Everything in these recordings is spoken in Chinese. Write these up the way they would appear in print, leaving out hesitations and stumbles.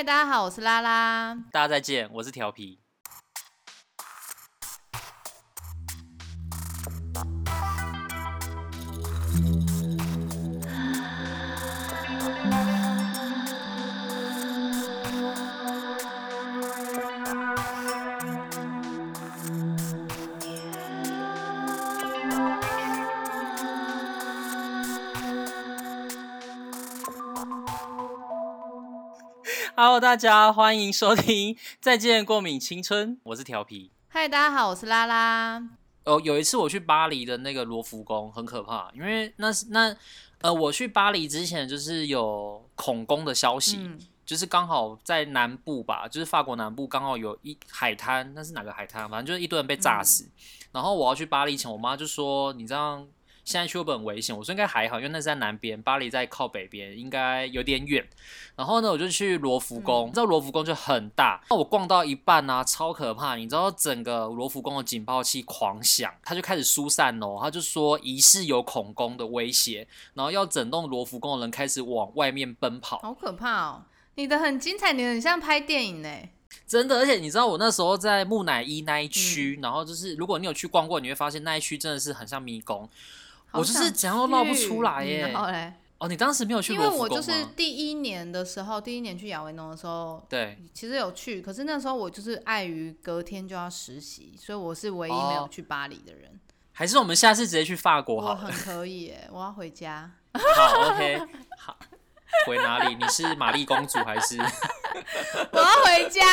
嗨，大家好，我是拉拉。 大家再见，我是调皮。Hello， 大家欢迎收听《再见过敏青春》，我是调皮。 嗨，大家好，我是拉拉。 有一次我去巴黎的那个罗浮宫，很可怕，因为我去巴黎之前就是有恐攻的消息，就是刚好在南部吧，就是法国南部刚好有一海滩，那是哪个海滩？反正就是一堆人被炸死。然后我要去巴黎前，我妈就说：“你这样现在去会不会很危险？”我说应该还好，因为那是在南边，巴黎在靠北边，应该有点远。然后呢，我就去罗浮宫，你知道罗浮宫就很大，我逛到一半啊，超可怕！你知道整个罗浮宫的警报器狂响，它就开始疏散哦，他就说疑似有恐攻的威胁，然后要整栋罗浮宫的人开始往外面奔跑， 好可怕哦！你的很精彩，你很像拍电影呢。 真的，而且你知道我那时候在木乃伊那一区，然后就是如果你有去逛过，你会发现那一区真的是很像迷宫，我就是怎样都绕不出来耶。 然后嘞， 哦，你当时没有去罗浮宫吗？ 因为我就是第一年去亚维农的时候， 对， 其实有去，可是那时候我就是碍于隔天就要实习，所以我是唯一没有去巴黎的人。 还是我们下次直接去法国好了？ 我很可以耶，我要回家。 好 ，OK， 好，回哪里？你是玛丽公主还是？ 我要回家。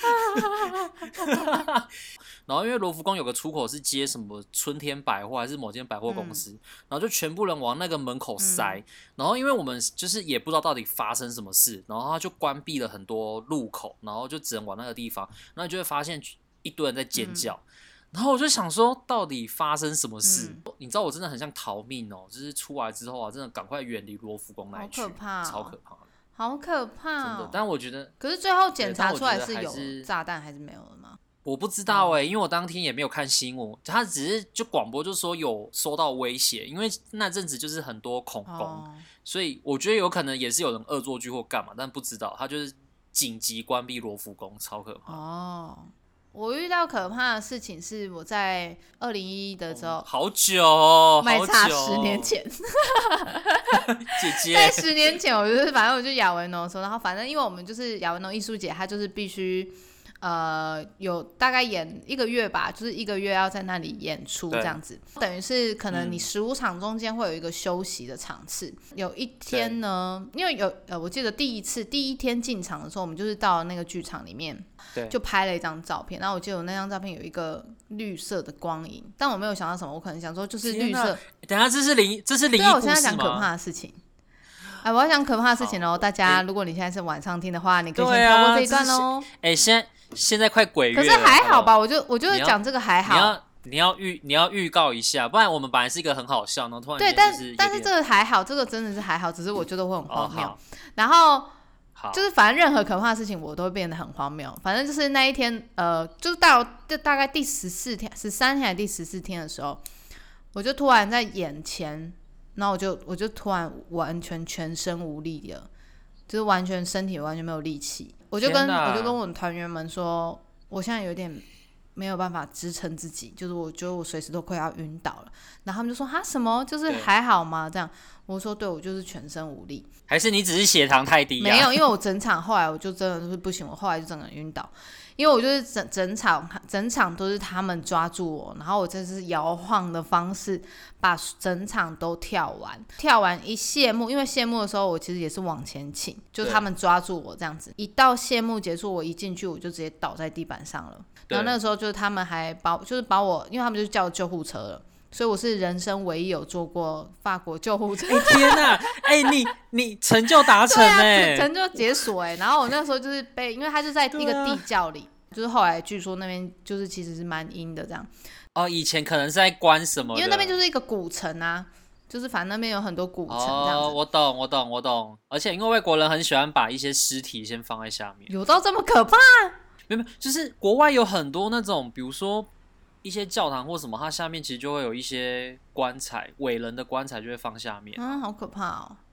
然后因为罗浮宫有个出口是接什么春天百货还是某间百货公司，然后就全部人往那个门口塞。然后因为我们就是也不知道到底发生什么事，然后他就关闭了很多路口，然后就只能往那个地方，然后你就会发现一堆人在尖叫。然后我就想说，到底发生什么事？你知道我真的很像逃命哦，就是出来之后啊，真的赶快远离罗浮宫那一区， 好可怕哦， 超可怕的， 好可怕哦！ 真的。但我觉得， 可是最后检查出来是有炸弹还是没有的吗？ 我不知道因为我当天也没有看新闻，他只是就广播就说有收到威胁，因为那阵子就是很多恐攻，所以我觉得有可能也是有人恶作剧或干嘛，但不知道，他就是紧急关闭罗浮宫，超可怕。 我遇到可怕的事情是我在2011的时候， 好久哦， 卖差10年前， 姐姐， 在10年前，反正我就亚维农的时候，然后反正因为我们就是亚维农艺术节，它就是必须有大概演1个月吧，就是1个月要在那里演出这样子，等于是可能你15场中间会有一个休息的场次。有一天呢，因为我记得第一天进场的时候，我们就是到那个剧场里面。就拍了一张照片，然后我记得我那张照片有一个绿色的光影，但我没有想到什么，我可能想说就是绿色。 等一下，这是灵异故事吗？ 对，我现在讲可怕的事情。我要讲可怕的事情喽，大家，如果你现在是晚上听的话，你可以先跳过这一段哦。 现在快鬼月了， 可是还好吧，我就讲这个还好。 你要预告一下，不然我们本来是一个很好笑，然后突然对，但是这个还好，这个真的是还好，只是我觉得会很荒谬。然后。就是反正任何可怕的事情我都会变得很荒谬。反正就是那一天，就是到大概第13天还是第14天的时候，我就突然在眼前，然后我就突然完全全身无力了，就是完全身体完全没有力气。我就跟我的团员们说，我现在有点没有办法支撑自己，就是我觉得我随时都快要晕倒了。然后他们就说哈什么，就是还好吗？这样我说对，我就是全身无力。 还是你只是血糖太低啊？ 没有，因为我整场后来我就真的是不行，我后来就整个人晕倒，因为我就是整场都是他们抓住我，然后我真是摇晃的方式把整场都跳完一谢幕，因为谢幕的时候我其实也是往前倾，就是他们抓住我这样子，一到谢幕结束，我一进去我就直接倒在地板上了。然后那个时候就是他们还把我，因为他们就叫救护车了。所以我是人生唯一有坐过法国救护车。 天哪！你成就达成对啊，成就解锁然后我那时候就是因为他就在一个地窖里，就是后来据说那边就是其实是蛮阴的这样。 以前可能是在关什么的？ 因为那边就是一个古城啊，就是反正那边有很多古城这样子。 我懂。而且因为外国人很喜欢把一些尸体先放在下面。 有到这么可怕？ 没有，就是国外有很多那种，比如说。一些教堂或什么，它下面其实就会有一些棺材，伟人的棺材就会放下面。 好可怕哦！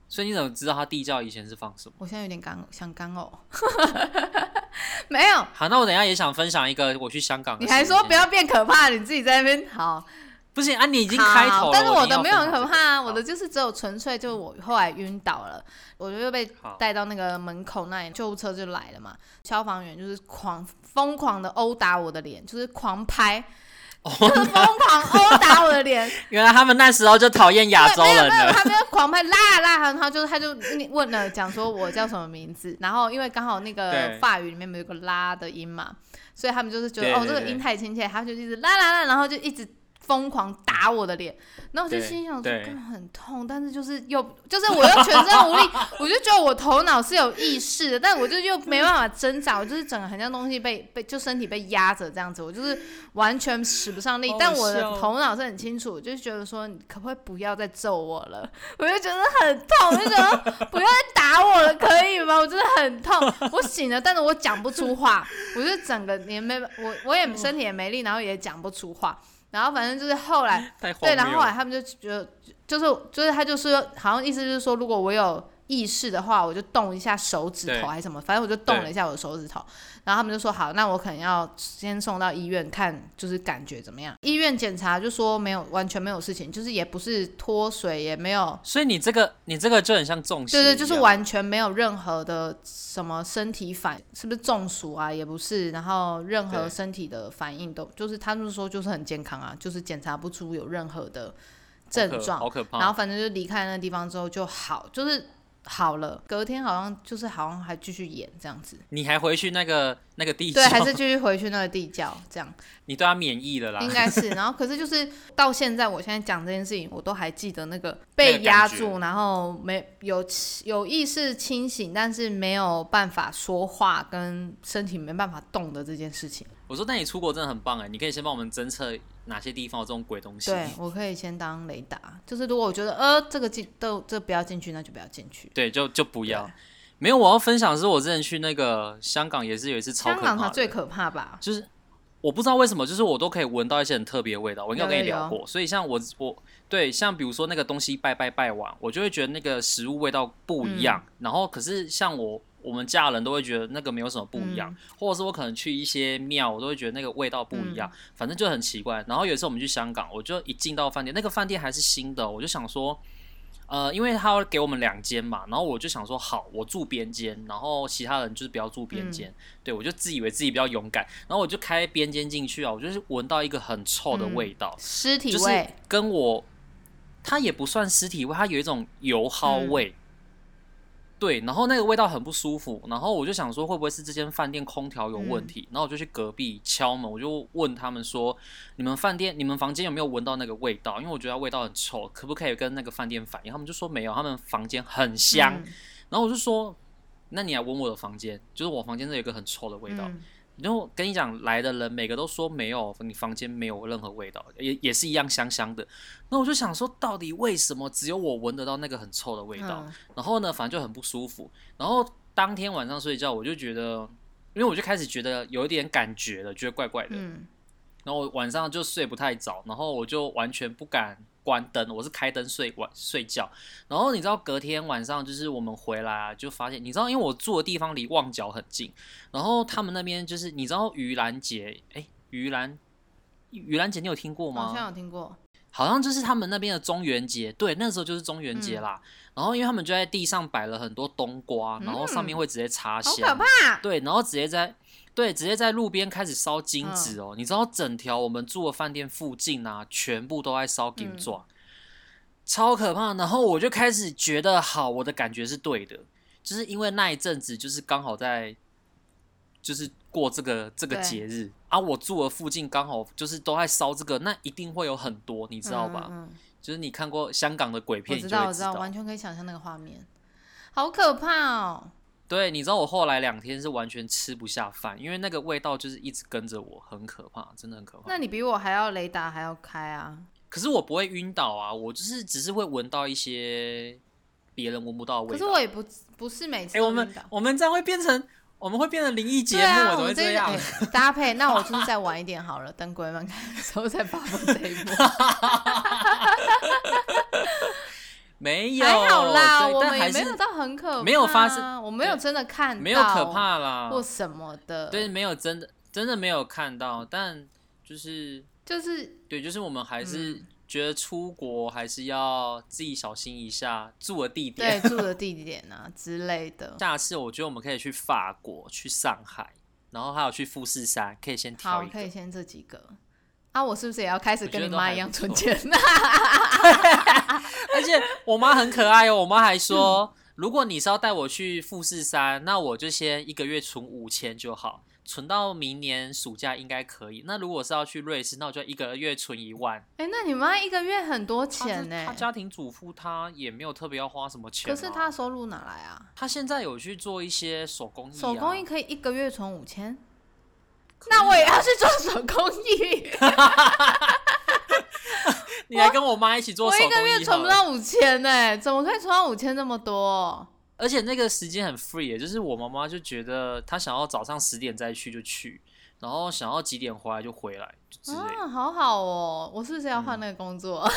所以你怎么知道他地窖以前是放什么？ 我现在有点想干呕。没有。 好，那我等一下也想分享一个我去香港的。 你还说不要变可怕，你自己在那边好。 不行啊，你已经开头了。 但是我的没有很可怕啊，我的就是只有纯粹就是我后来晕倒了，我就被带到那个门口那里，救护车就来了嘛，消防员就是疯狂的殴打我的脸，就是狂拍。就是疯狂殴打我的脸。 原来他们那时候就讨厌亚洲人了。 没有，他们就狂拍啦，他就问了，讲说我叫什么名字，然后因为刚好那个法语里面有个啦的音嘛，所以他们就是觉得这个音太亲切，他就一直啦，然后就一直疯狂打我的脸，然后我就心想说根本很痛，但是就是我又全身无力，我就觉得我头脑是有意识的，但我就又没办法挣扎，我就是整个很像东西被就身体被压着这样子，我就是完全使不上力，但我的头脑是很清楚，我就觉得说你可不可以不要再揍我了，我就觉得很痛，我就觉得不要再打我了，可以吗？我真的很痛，我醒了，但是我讲不出话，我就整个也没我也身体也没力，然后也讲不出话。然后反正就是后来，对，然后后来他们就觉得，就是他就说，好像意思就是说，如果我有意识的话，我就动一下手指头还是什么，反正我就动了一下我的手指头。然后他们就说好，那我可能要先送到医院看，就是感觉怎么样。医院检查就说没有，完全没有事情，就是也不是脱水，也没有。 所以你这个就很像中邪。 对，就是完全没有任何的什么身体反，是不是中暑啊？也不是，然后任何身体的反应都，就是他们说就是很健康啊，就是检查不出有任何的症状， 好可怕。 然后反正就离开那个地方之后就好，就是好了，隔天好像还继续演这样子。 你还回去那个地窖？ 对，还是继续回去那个地窖这样。 你对他免疫了啦？ 应该是。然后可是就是到现在，我现在讲这件事情，我都还记得那个被压住，然后有意识清醒，但是没有办法说话，跟身体没办法动的这件事情。 我说，那你出国真的很棒哎！你可以先帮我们侦测哪些地方有这种鬼东西。 对，我可以先当雷达，就是如果我觉得这不要进去，那就不要进去。 对，就不要。没有，我要分享的是我之前去那个香港也是有一次超可怕的。 香港才最可怕吧？ 就是我不知道为什么，就是我都可以闻到一些很特别的味道。我应该跟你聊过，所以像我对，像比如说那个东西拜完，我就会觉得那个食物味道不一样。然后可是像我们家人都会觉得那个没有什么不一样，或者是我可能去一些庙，我都会觉得那个味道不一样，反正就很奇怪。然后有一次我们去香港，我就一进到饭店，那个饭店还是新的，我就想说，因为他要给我们2间嘛，然后我就想说好，我住边间，然后其他人就是不要住边间。对，我就自以为自己比较勇敢，然后我就开边间进去啊，我就是闻到一个很臭的味道， 尸体味， 就是跟它也不算尸体味，它有一种油耗味。对，然后那个味道很不舒服，然后我就想说会不会是这间饭店空调有问题，然后我就去隔壁敲门，我就问他们说你们房间有没有闻到那个味道，因为我觉得味道很臭，可不可以跟那个饭店反映，他们就说没有，他们房间很香。然后我就说那你来闻我的房间，就是我房间这有一个很臭的味道。然后跟你讲，来的人每个都说没有，你房间没有任何味道，也是一样香香的。那我就想说，到底为什么只有我闻得到那个很臭的味道？然后呢，反正就很不舒服。然后当天晚上睡觉，我就觉得，因为我就开始觉得有一点感觉了，觉得怪怪的。然后我晚上就睡不太着，然后我就完全不敢关灯，我是开灯睡觉。然后你知道隔天晚上就是我们回来啊，就发现你知道，因为我住的地方离旺角很近，然后他们那边就是你知道盂兰节，盂兰节你有听过吗？ 好像有听过， 好像就是他们那边的中元节，对，那时候就是中元节啦。然后因为他们就在地上摆了很多冬瓜，然后上面会直接插香， 好可怕。 对，然后直接在路边开始烧金纸哦。你知道整条我们住的饭店附近啊，全部都在烧金纸，超可怕。然后我就开始觉得好，我的感觉是对的，就是因为那一阵子就是刚好在就是过这个节日啊，我住的附近刚好就是都在烧这个，那一定会有很多，你知道吧？就是你看过香港的鬼片，你就会我知道，完全可以想象那个画面，好可怕哦。 对，你知道我后来2天是完全吃不下饭，因为那个味道就是一直跟着我，很可怕，真的很可怕。 那你比我还要雷达还要开啊？ 可是我不会晕倒啊，我就是只是会闻到一些别人闻不到的味道。 可是我也不是每次都晕倒。 我们这样会变成灵异节目，怎么会这样？ 搭配，那我就是再晚一点好了，等鬼门开的时候再发布这一幕。 没有， 还好啦，我们也没有到很可怕， 没有发生， 我没有真的看到， 没有可怕啦， 或什么的， 对，没有真的没有看到，但就是对，就是我们还是觉得出国还是要自己小心一下住的地点， 对，住的地点啊之类的。 下次我觉得我们可以去法国、去上海，然后还有去富士山，可以先挑一个。 好，可以先这几个。啊，我是不是也要开始跟你妈一样存钱？ 而且我妈很可爱哦，我妈还说，如果你是要带我去富士山，那我就先1个月存5000就好，存到明年暑假应该可以。那如果是要去瑞士，那我就1个月存1万。 那你妈1个月很多钱呢？ 她家庭主妇，她也没有特别要花什么钱。 可是她收入哪来啊？ 她现在有去做一些手工艺啊。 手工艺可以1个月存5000？那我也要去做手工艺。 你来跟我妈一起做手工艺。 我1个月存不到5000呢，怎么可以存到5000这么多？ 而且那个时间很 free， 就是我妈妈就觉得她想要早上10点再去就去，然后想要几点回来就回来之类的。 好好哦，我是不是要换那个工作？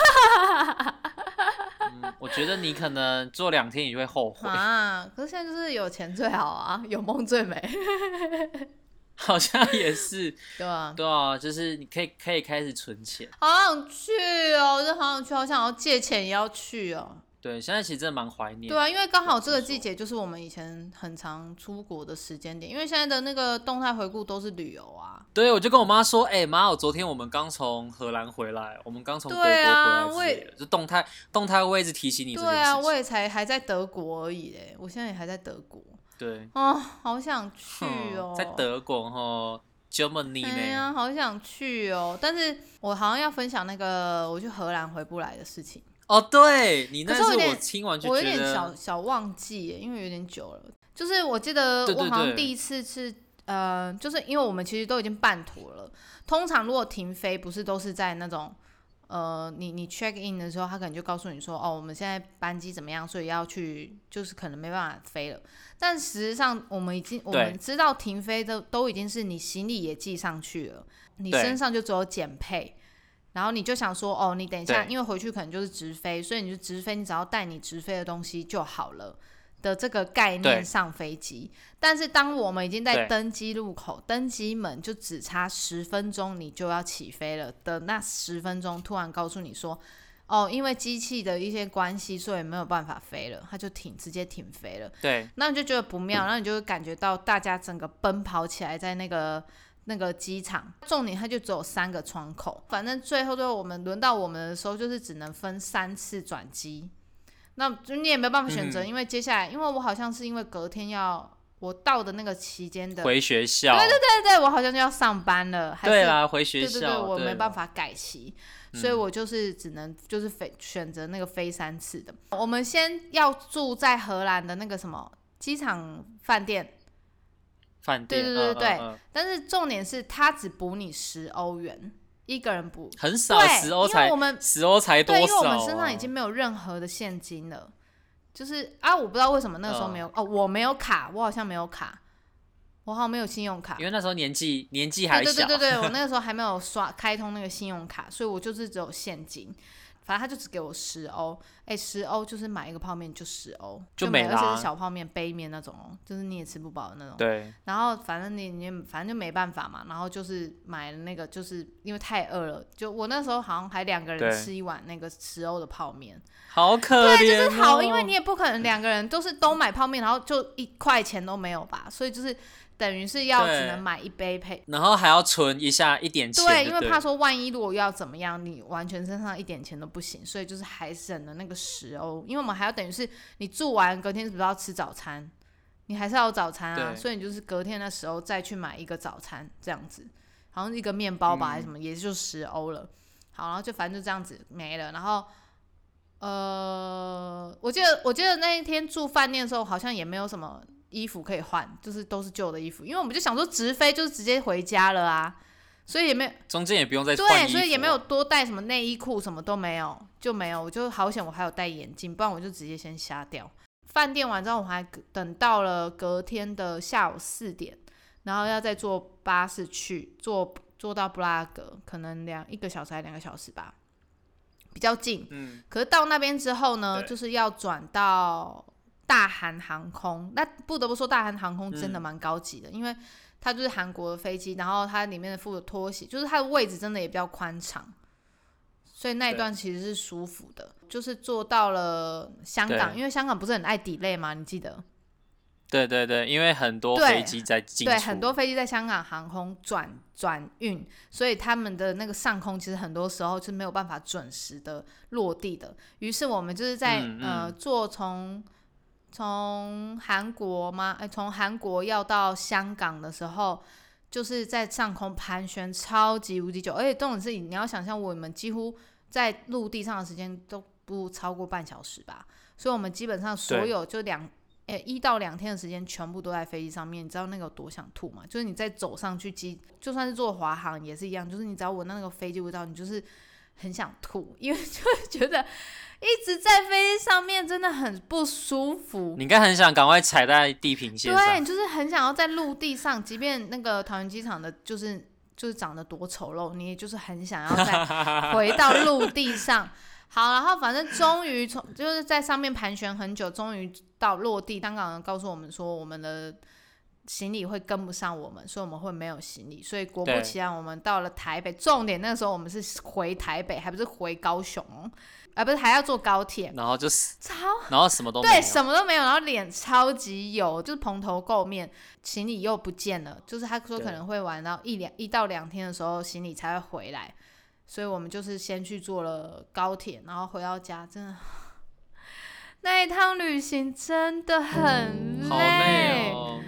我觉得你可能做2天你就会后悔啊。可是现在就是有钱最好啊，有梦最美。 好像也是， 对啊， 对啊，就是你可以开始存钱。 好想去哦，我真的好想去，好想要借钱也要去哦。 对，现在其实真的蛮怀念。 对啊，因为刚好这个季节就是我们以前很常出国的时间点，因为现在的那个动态回顾都是旅游啊。 对，我就跟我妈说，妈，昨天我们刚从荷兰回来，我们刚从德国回来之类的，就动态会一直提醒你这件事情。 对啊，我也还在德国而已嘞，我现在也还在德国。 对好想去哦， 在德国Germany 呢。 哎呀，好想去哦，但是我好像要分享那个我去荷兰回不来的事情。 哦，对，你那次我听完就觉得我有点小忘记耶，因为有点久了。就是我记得我好像第一次是就是因为我们其实都已经半途了，通常如果停飞不是都是在那种你 check in 的时候，他可能就告诉你说，我们现在班机怎么样，所以要去，就是可能没办法飞了。但实际上我们知道停飞的都已经是你行李也寄上去了，你身上就只有减配。然后你就想说，你等一下，因为回去可能就是直飞，所以你就直飞，你只要带你直飞的东西就好了的这个概念上飞机。但是当我们已经在登机入口、登机门就只差10分钟，你就要起飞了的那10分钟，突然告诉你说，因为机器的一些关系，所以没有办法飞了，它就直接停飞了。 对， 那你就觉得不妙，然后你就会感觉到大家整个奔跑起来，在那个机场，重点它就只有3个窗口，反正最后我们轮到我们的时候，就是只能分3次转机，那就你也没办法选择，因为接下来，因为我好像是因为隔天我到的那个期间的回学校， 对，我好像就要上班了， 对啦，回学校， 对，我没办法改期，所以我就是只能就是选择那个飞3次的。我们先要住在荷兰的那个什么机场饭店。对，但是重点是他只补你10欧元，一个人补很少，10欧才10欧才多少？ 对，因为我们身上已经没有任何的现金了，就是我不知道为什么那个时候没有我没有卡，我好像没有卡，我好像没有信用卡， 因为那时候年纪还小， 对，我那个时候还没有开通那个信用卡，所以我就是只有现金。反正他就只给我10欧，10欧就是买一个泡面就10欧，就没了，而且是小泡面杯面那种就是你也吃不饱的那种。 对。 然后反正反正就没办法嘛，然后就是买了那个，就是因为太饿了，就我那时候好像还2个人吃一碗那个10欧的泡面， 好可怜。 对，就是好，因为你也不可能2个人都买泡面，然后就1块钱都没有吧，所以就是等于是只能买一杯配， 然后还要存一点钱。 对，因为怕说万一如果要怎么样，你完全身上1点钱都不行，所以就是还省了那个10欧。因为我们还要等于是你住完隔天是不是要吃早餐，你还是要有早餐啊，所以你就是隔天的时候再去买一个早餐这样子，好像一个面包吧还是什么，也就10欧了。好，然后就反正就这样子没了。然后我记得那一天住饭店的时候好像也没有什么衣服可以换，就是都是旧的衣服，因为我们就想说直飞就是直接回家了啊，所以也没有中间也不用再换衣服， 对，所以也没有多带什么内衣裤，什么都没有，就没有。我就好险我还有戴眼镜，不然我就直接先瞎掉。饭店完之后我还等到了隔天的下午4点，然后要再坐巴士去坐到布拉格，可能1个小时还2个小时吧。 比较近。可是到那边之后呢，就是要转到大韩航空。那不得不说，大韩航空真的蛮高级的，因为它就是韩国的飞机，然后它里面的附的拖鞋，就是它的位置真的也比较宽敞，所以那一段其实是舒服的。就是坐到了香港，因为香港不是很爱 delay 吗？你记得？ 对对对，因为很多飞机在进出， 对，很多飞机在香港航空转运，所以他们的那个上空其实很多时候是没有办法准时的落地的。于是我们就是在坐从韩国吗？从韩国要到香港的时候，就是在上空盘旋超级无敌久，而且重点是你要想象，我们几乎在陆地上的时间都不超过半小时吧，所以我们基本上所有就1到2天的时间全部都在飞机上面。你知道那个有多想吐吗？就是你再走上去就算是坐华航也是一样，就是你只要闻到那个飞机味道，你就是很想吐，因为就会觉得一直在飞机上面真的很不舒服。 你应该很想赶快踩在地平线上。 对，你就是很想要在陆地上，即便那个桃园机场的就是长得多丑陋，你也就是很想要再回到陆地上。好，然后反正终于就是在上面盘旋很久，终于到落地。香港人告诉我们说，我们的行李会跟不上我们，所以我们会没有行李。所以果不其然，我们到了台北。重点那个时候我们是回台北，还不是回高雄不是还要坐高铁。 然后然后什么都没有。 对，什么都没有，然后脸超级油，就是蓬头垢面，行李又不见了。就是他说可能会玩到1到2天的时候，行李才会回来。所以我们就是先去坐了高铁，然后回到家，真的那一趟旅行真的很累， 好累哦。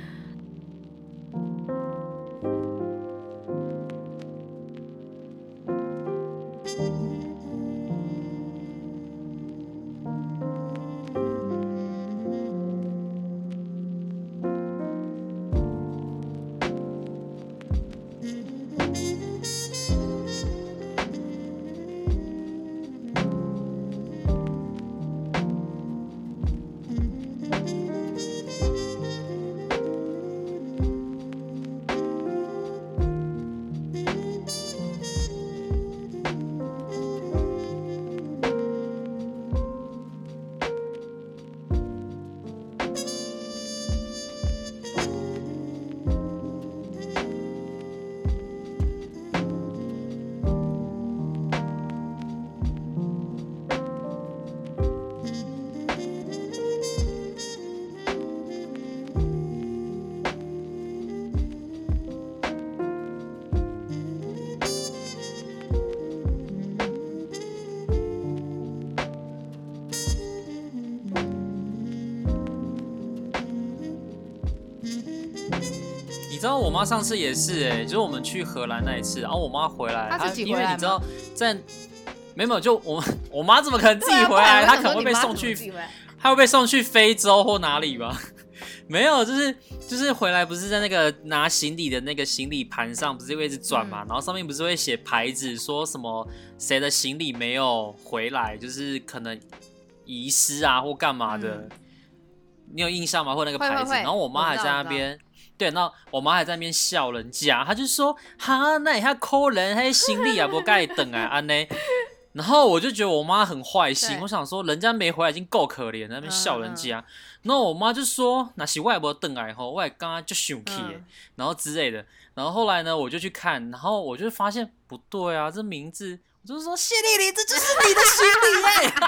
你知道我妈上次也是就是我们去荷兰那一次，然后我妈回来， 她自己回来吗？ 因为你知道在没有就我妈怎么可能自己回来？她可能会被送去，她会被送去非洲或哪里吧？没有，就是回来不是在那个拿行李的那个行李盘上不是会一直转嘛，然后上面不是会写牌子说什么谁的行李没有回来，就是可能遗失啊或干嘛的，你有印象吗？或那个牌子，然后我妈还在那边。对，然后我妈还在那边笑人家，她就说：“哈，那你还抠人，还行李啊，不该等啊，安呢。”然后我就觉得我妈很坏心，我想说人家没回来已经够可怜，在那边笑人家。然后我妈就说：“那是我也没等来吼，我也刚刚就生气，然后之类的。”然后后来呢，我就去看，然后我就发现不对啊，这名字，我就说谢丽丽，这就是你的行李耶。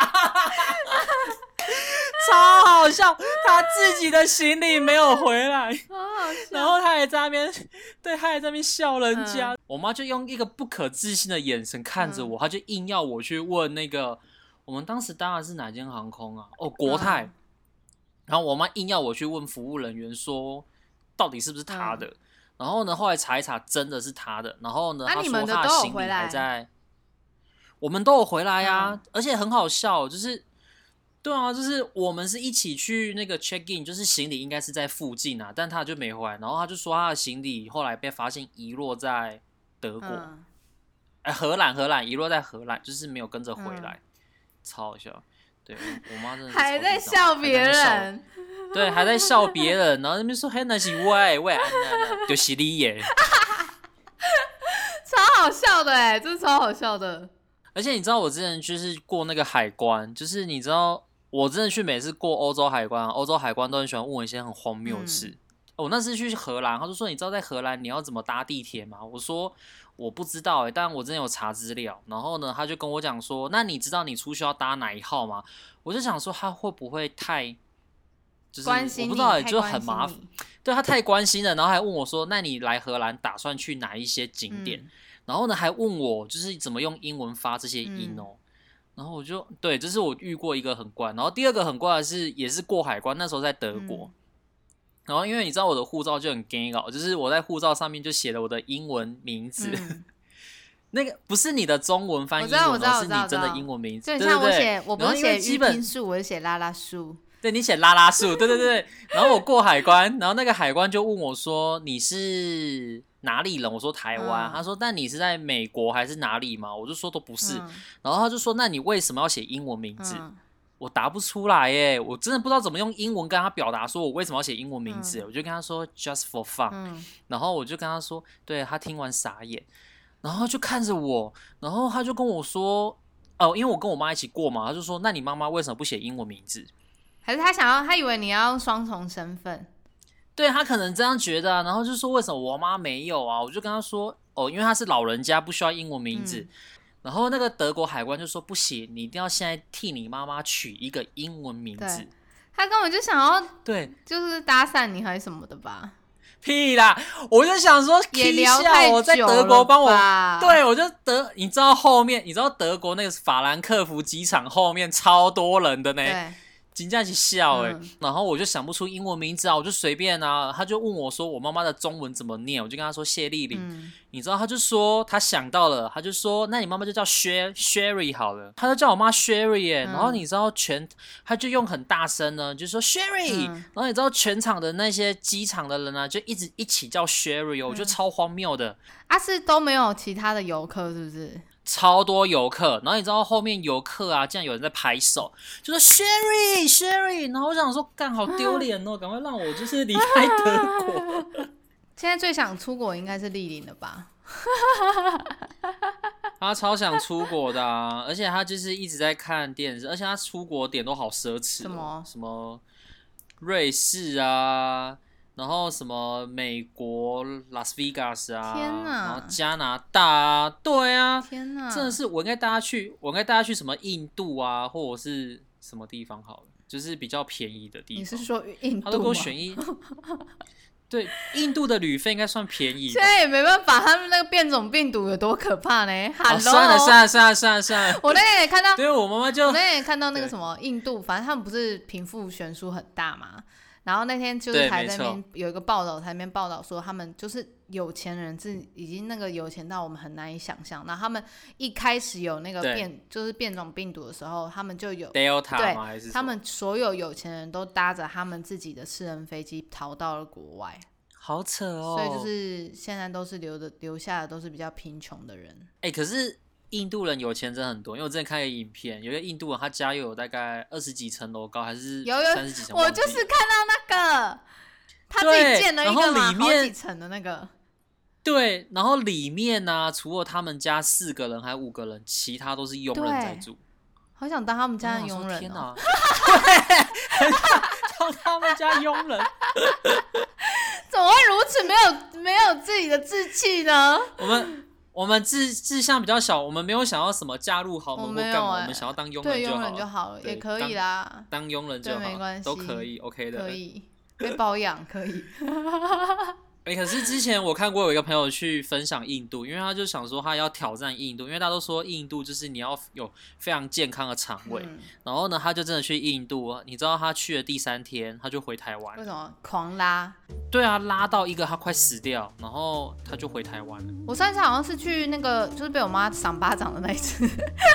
超好笑，他自己的行李没有回来，然后他还在那边，对，他还在那边笑人家。我妈就用一个不可置信的眼神看着我，她就硬要我去问那个，我们当时搭的是哪间航空啊？哦，国泰。然后我妈硬要我去问服务人员说，到底是不是他的？然后呢，后来查一查，真的是他的。然后呢，他说他的行李还在，我们都有回来呀，而且很好笑，就是。对啊，就是我们是一起去那个 check in， 就是行李应该是在附近啊，但他就没回来，然后他就说他的行李后来被发现遗落在德国，荷兰遗落在荷兰，就是没有跟着回来，超好笑。对，我妈真的是还在笑别人， 对，还在笑别人，然后那边说嘿那是喂，就是你耶， 超好笑的哎，真的超好笑的。 而且你知道我之前就是过那个海关，就是你知道我真的去每次过欧洲海关，欧洲海关都很喜欢问我一些很荒谬的事。我那次去荷兰，他就说你知道在荷兰你要怎么搭地铁吗？我说我不知道但我真的有查资料。然后呢，他就跟我讲说，那你知道你出去要搭哪一号吗？我就想说他会不会太就是关心你， 我不知道就很麻烦，对他太关心了，然后还问我说，那你来荷兰打算去哪一些景点？然后呢，还问我就是怎么用英文发这些音哦。然后我就对，这是我遇过一个很怪。然后第二个很怪的是，也是过海关，那时候在德国。然后因为你知道我的护照就很 gay 搞，就是我在护照上面就写了我的英文名字，那个不是你的中文翻英文，是你真的英文名字。 就像我不是写玉拼树，我是写拉拉树。 对，你写拉拉树，对对对。然后我过海关，然后那个海关就问我说你是哪里人？我说台湾。他说那你是在美国还是哪里吗？我就说都不是。然后他就说那你为什么要写英文名字？我答不出来耶，我真的不知道怎么用英文跟他表达说我为什么要写英文名字。我就跟他说 just for fun。然后我就跟他说，对，他听完傻眼，然后就看着我，然后他就跟我说因为我跟我妈一起过嘛，他就说那你妈妈为什么不写英文名字？ 还是他以为你要用双重身份？ 对，他可能这样觉得然后就说为什么我妈没有啊？我就跟他说因为他是老人家不需要英文名字。然后那个德国海关就说不行，你一定要现在替你妈妈取一个英文名字。 他根本就想要对， 就是搭讪你还是什么的吧？ 屁啦！我就想说， 也聊太久了吧？ 我在德国帮我，对，我就你知道后面，你知道德国那个法兰克福机场后面超多人的呢。对。真的是笑然后我就想不出英文名字啊，我就随便啊，他就问我说我妈妈的中文怎么念，我就跟他说谢丽玲。你知道他就说他想到了，他就说那你妈妈就叫 Sherry 好了，他就叫我妈 Sherry 然后你知道他就用很大声呢，就说 Sherry，然后你知道全场的那些机场的人啊，就一起叫 Sherry 我觉得超荒谬的。 是都没有其他的游客是不是？ 超多游客，然后你知道后面游客啊，竟然有人在拍手，就说 Sherry， 然后我想说，干好丢脸赶快让我就是离开德国。 现在最想出国应该是丽玲了吧？ 他超想出国的而且他就是一直在看电视，而且他出国点都好奢侈什么瑞士啊。然后什么美国拉斯维加斯啊， 天哪， 然后加拿大啊，对啊， 天哪， 真的是我应该带他去什么印度啊，或者是什么地方好了，就是比较便宜的地方。 你是说印度吗？ 他都给我选对，印度的旅费应该算便宜吧。 现在也没办法，他们那个变种病毒有多可怕呢？ 算了。 我那天也看到， 对我妈妈就， 我那天也看到那个什么印度，反正他们不是贫富悬殊很大嘛。然后那天就是还在那边有一个报道，在那边报道说他们就是有钱人已经那个有钱到我们很难以想象。然后他们一开始有那个就是变种病毒的时候，他们就有 Delta 吗？还是他们所有有钱人都搭着他们自己的私人飞机逃到了国外。 好扯哦！ 所以就是现在都是留下的都是比较贫穷的人。 可是印度人有钱真的很多，因为我之前看一个影片，有一个印度人他家有大概20几层楼高，还是30几层？ 我就是看到那个他自己建了一个嘛，好几层的那个。 对，然后里面呢，除了他们家4个人还5个人，其他都是佣人在住。 好想当他们家的佣人天哪！对，很想当他们家佣人。 怎么会如此没有自己的志气呢？ 我们志向比较小，我们没有想要什么嫁入豪门或干嘛，我们想要当佣人就好了。 对，佣人就好了，也可以啦。 当佣人就好， 没关系， 都可以 ，OK 的。 可以被包养，可以。 可是之前我看过有一个朋友去分享印度，因为他就想说他要挑战印度，因为大家都说印度就是你要有非常健康的肠胃。然后呢，他就真的去印度，你知道他去了第3天他就回台湾。 为什么？狂拉？ 对啊，拉到一个他快死掉，然后他就回台湾了。 我上次好像是去那个就是被我妈赏巴掌的那一次。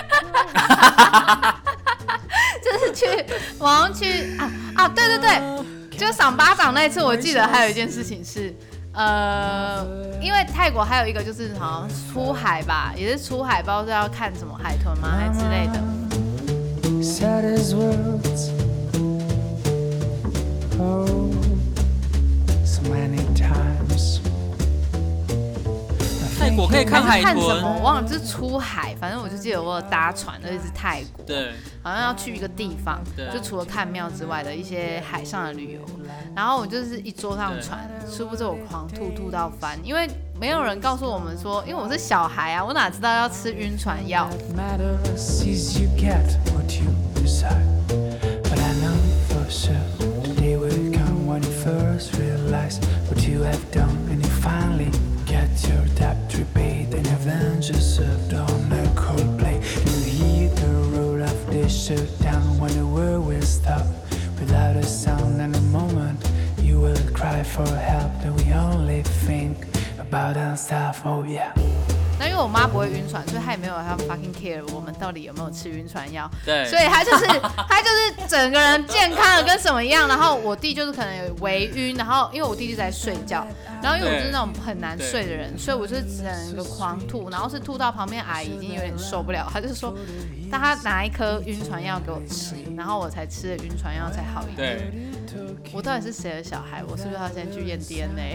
就是我好像去对，就赏巴掌那一次，我记得还有一件事情是，因为泰国还有一个就是好像出海吧，也是出海，不知道是要看什么海豚吗，还之类的。 泰泰国可以看海豚， 看什么我忘了，就是出海，反正我就记得我有搭船，而且是泰国， 对， 好像要去一个地方，就除了看庙之外的一些海上的旅游。然后我就是一坐上船，殊不知我狂吐到翻，因为没有人告诉我们说，因为我是小孩啊，我哪知道要吃晕船药。 Without a sound and a moment, you will cry for help. That we only think about ourselves. Oh yeah. 那因为我妈不会晕船，所以她也没有要 fucking care 我们到底有没有吃晕船药。 对， 所以她就是整个人健康的跟什么一样。然后我弟就是可能有微晕，然后因为我弟弟在睡觉，然后因为我就是那种很难睡的人，所以我就是整个狂吐，然后是吐到旁边阿姨已经有点受不了，她就说，但她拿一颗晕船药给我吃，然后我才吃了晕船药才好一点。我到底是谁的小孩？我是不是要先去验 DNA？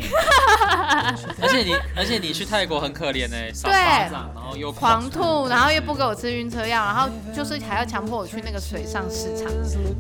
而且你去泰国很可怜欸， 对， 然后又狂吐，然后又不给我吃晕车药，然后就是还要强迫我去那个水上市场。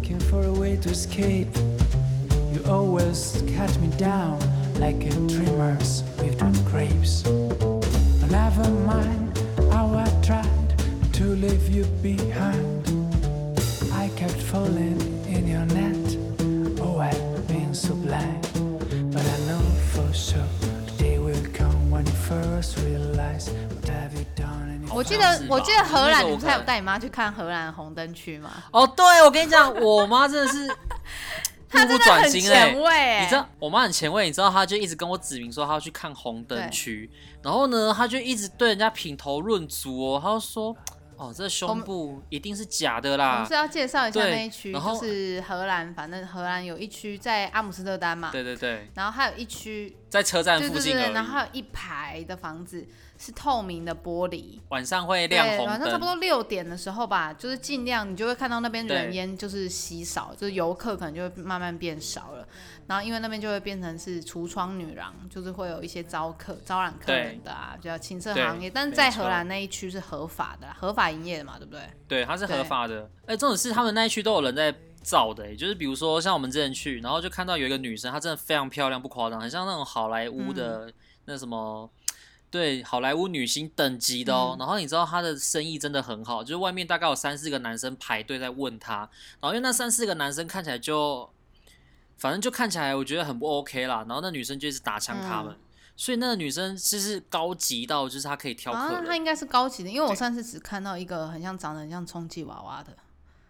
我记得荷兰，你不是有带你妈去看荷兰红灯区吗？ 哦，对，我跟你讲，我妈真的是她真的很前卫， 你知道我妈很前卫，你知道她就一直跟我指明说她要去看红灯区，然后呢，她就一直对人家品头论足哦，她就说。哦，这胸部一定是假的啦！ 我们是要介绍一下那一区，就是荷兰，反正荷兰有一区在阿姆斯特丹嘛， 对对对， 然后还有一区在车站附近而已， 对，然后还有一排的房子是透明的玻璃， 晚上会亮红灯， 晚上差不多6点的时候吧，就是尽量你就会看到那边人烟就是稀少，就是游客可能就会慢慢变少了，然后因为那边就会变成是橱窗女郎，就是会有一些招揽客人的啊，比较情色行业，但是在荷兰那一区是合法的啦，合法营业的嘛，对不对？ 对，它是合法的。重点是他们那一区都有人在照的，就是比如说像我们之前去，然后就看到有一个女生，她真的非常漂亮，不夸张，很像那种好莱坞的那什么。对，好莱坞女星等级的哦，然后你知道她的生意真的很好，就是外面大概有3-4个男生排队在问她，然后因为那3-4个男生看起来就，反正就看起来我觉得很不 OK 啦，然后那女生就一直打枪他们，所以那个女生就是高级到就是她可以挑客人， 她应该是高级的，因为我上次只看到一个长得很像充气娃娃的。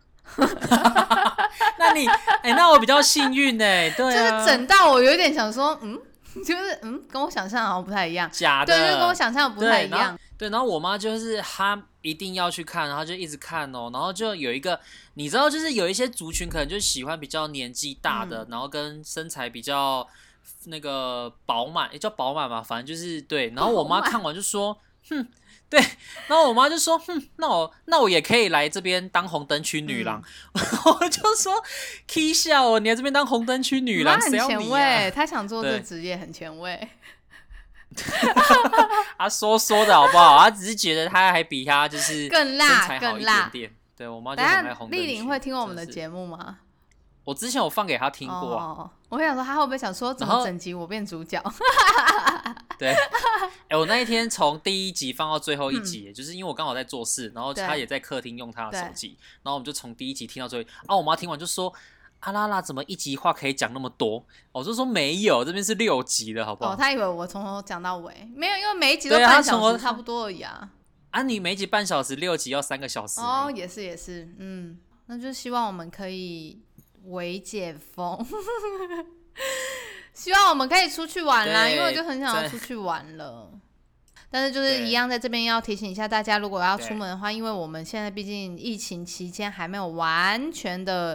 那你那我比较幸运对啊， 就是整到我有点想说，就是跟我想象好像不太一样， 假的， 对，就是跟我想象不太一样。 对，然后我妈就是她一定要去看，然后就一直看哦，然后就有一个你知道，就是有一些族群可能就喜欢比较年纪大的，然后跟身材比较那个饱满，叫饱满嘛，反正就是对。然后我妈看完就说，对，然后我妈就说，那我也可以来这边当红灯区女郎。我就说 ，K 笑哦，你来这边当红灯区女郎，谁要你啊？ 很前卫，她想做这个职业很前卫。 他说的好不好？他只是觉得他还比他就是更辣， 更辣。对，我妈就很爱红灯区。 丽玲会听我们的节目吗？ 我之前有放给他听过啊。 我想说，他会不会想说，怎么整集我变主角？ 对，我那一天从第1集放到最后1集，就是因为我刚好在做事，然后他也在客厅用他的手机，然后我们就从第1集听到最后。我妈听完就说。阿拉拉怎么1集话可以讲那么多？我就说没有，这边是6集的，好不好？ 他以为我从头讲到尾，没有，因为每一集都半小时，差不多而已啊。 你每一集半小时，6集要3个小时。 也是，那就希望我们可以微解封，希望我们可以出去玩啦，因为我就很想要出去玩了。但是就是一样，在这边要提醒一下大家，如果要出门的话，因为我们现在毕竟疫情期间还没有完全的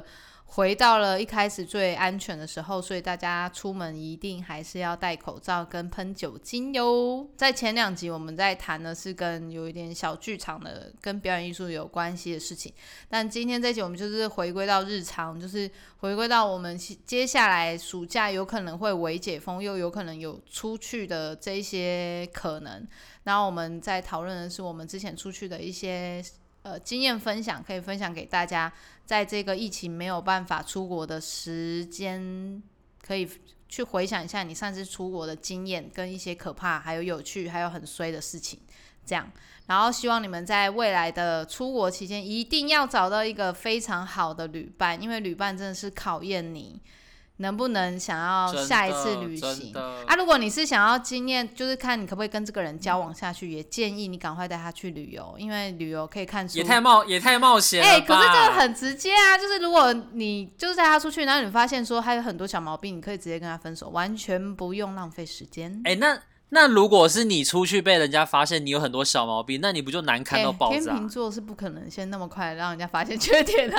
回到了一开始最安全的时候，所以大家出门一定还是要戴口罩跟喷酒精哟。在前2集我们在谈的是跟有一点小剧场的跟表演艺术有关系的事情，但今天这集我们就是回归到日常，就是回归到我们接下来暑假有可能会微解封，又有可能有出去的这一些可能，然后我们在讨论的是我们之前出去的一些经验分享，可以分享给大家，在这个疫情没有办法出国的时间，可以去回想一下你上次出国的经验，跟一些可怕还有有趣还有很衰的事情这样。然后希望你们在未来的出国期间一定要找到一个非常好的旅伴，因为旅伴真的是考验你能不能想要下一次旅行啊？如果你是想要经验，就是看你可不可以跟这个人交往下去，也建议你赶快带他去旅游，因为旅游可以看出也太冒险了吧。 可是这个很直接啊，就是如果你就是带他出去，然后你发现说他有很多小毛病，你可以直接跟他分手，完全不用浪费时间。 那如果是你出去被人家发现你有很多小毛病，那你不就难看到爆炸？ 天秤座是不可能先那么快让人家发现缺点的。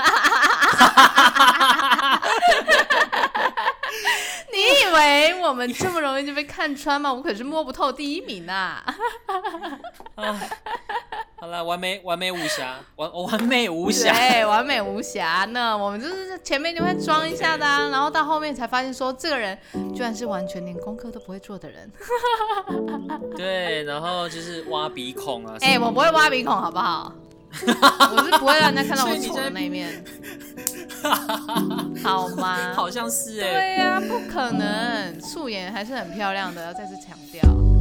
你以为我们这么容易就被看穿吗？我可是摸不透第1名啊！ 好啦，完美无瑕，完美无瑕， 对，完美无瑕呢。我们就是前面就会装一下的啊，然后到后面才发现说这个人居然是完全连功课都不会做的人。 对，然后就是挖鼻孔啊。 我不会挖鼻孔，好不好？我是不会让人家看到我丑的那一面。好吗？ 好像是对呀，不可能，素颜还是很漂亮的，要再次强调。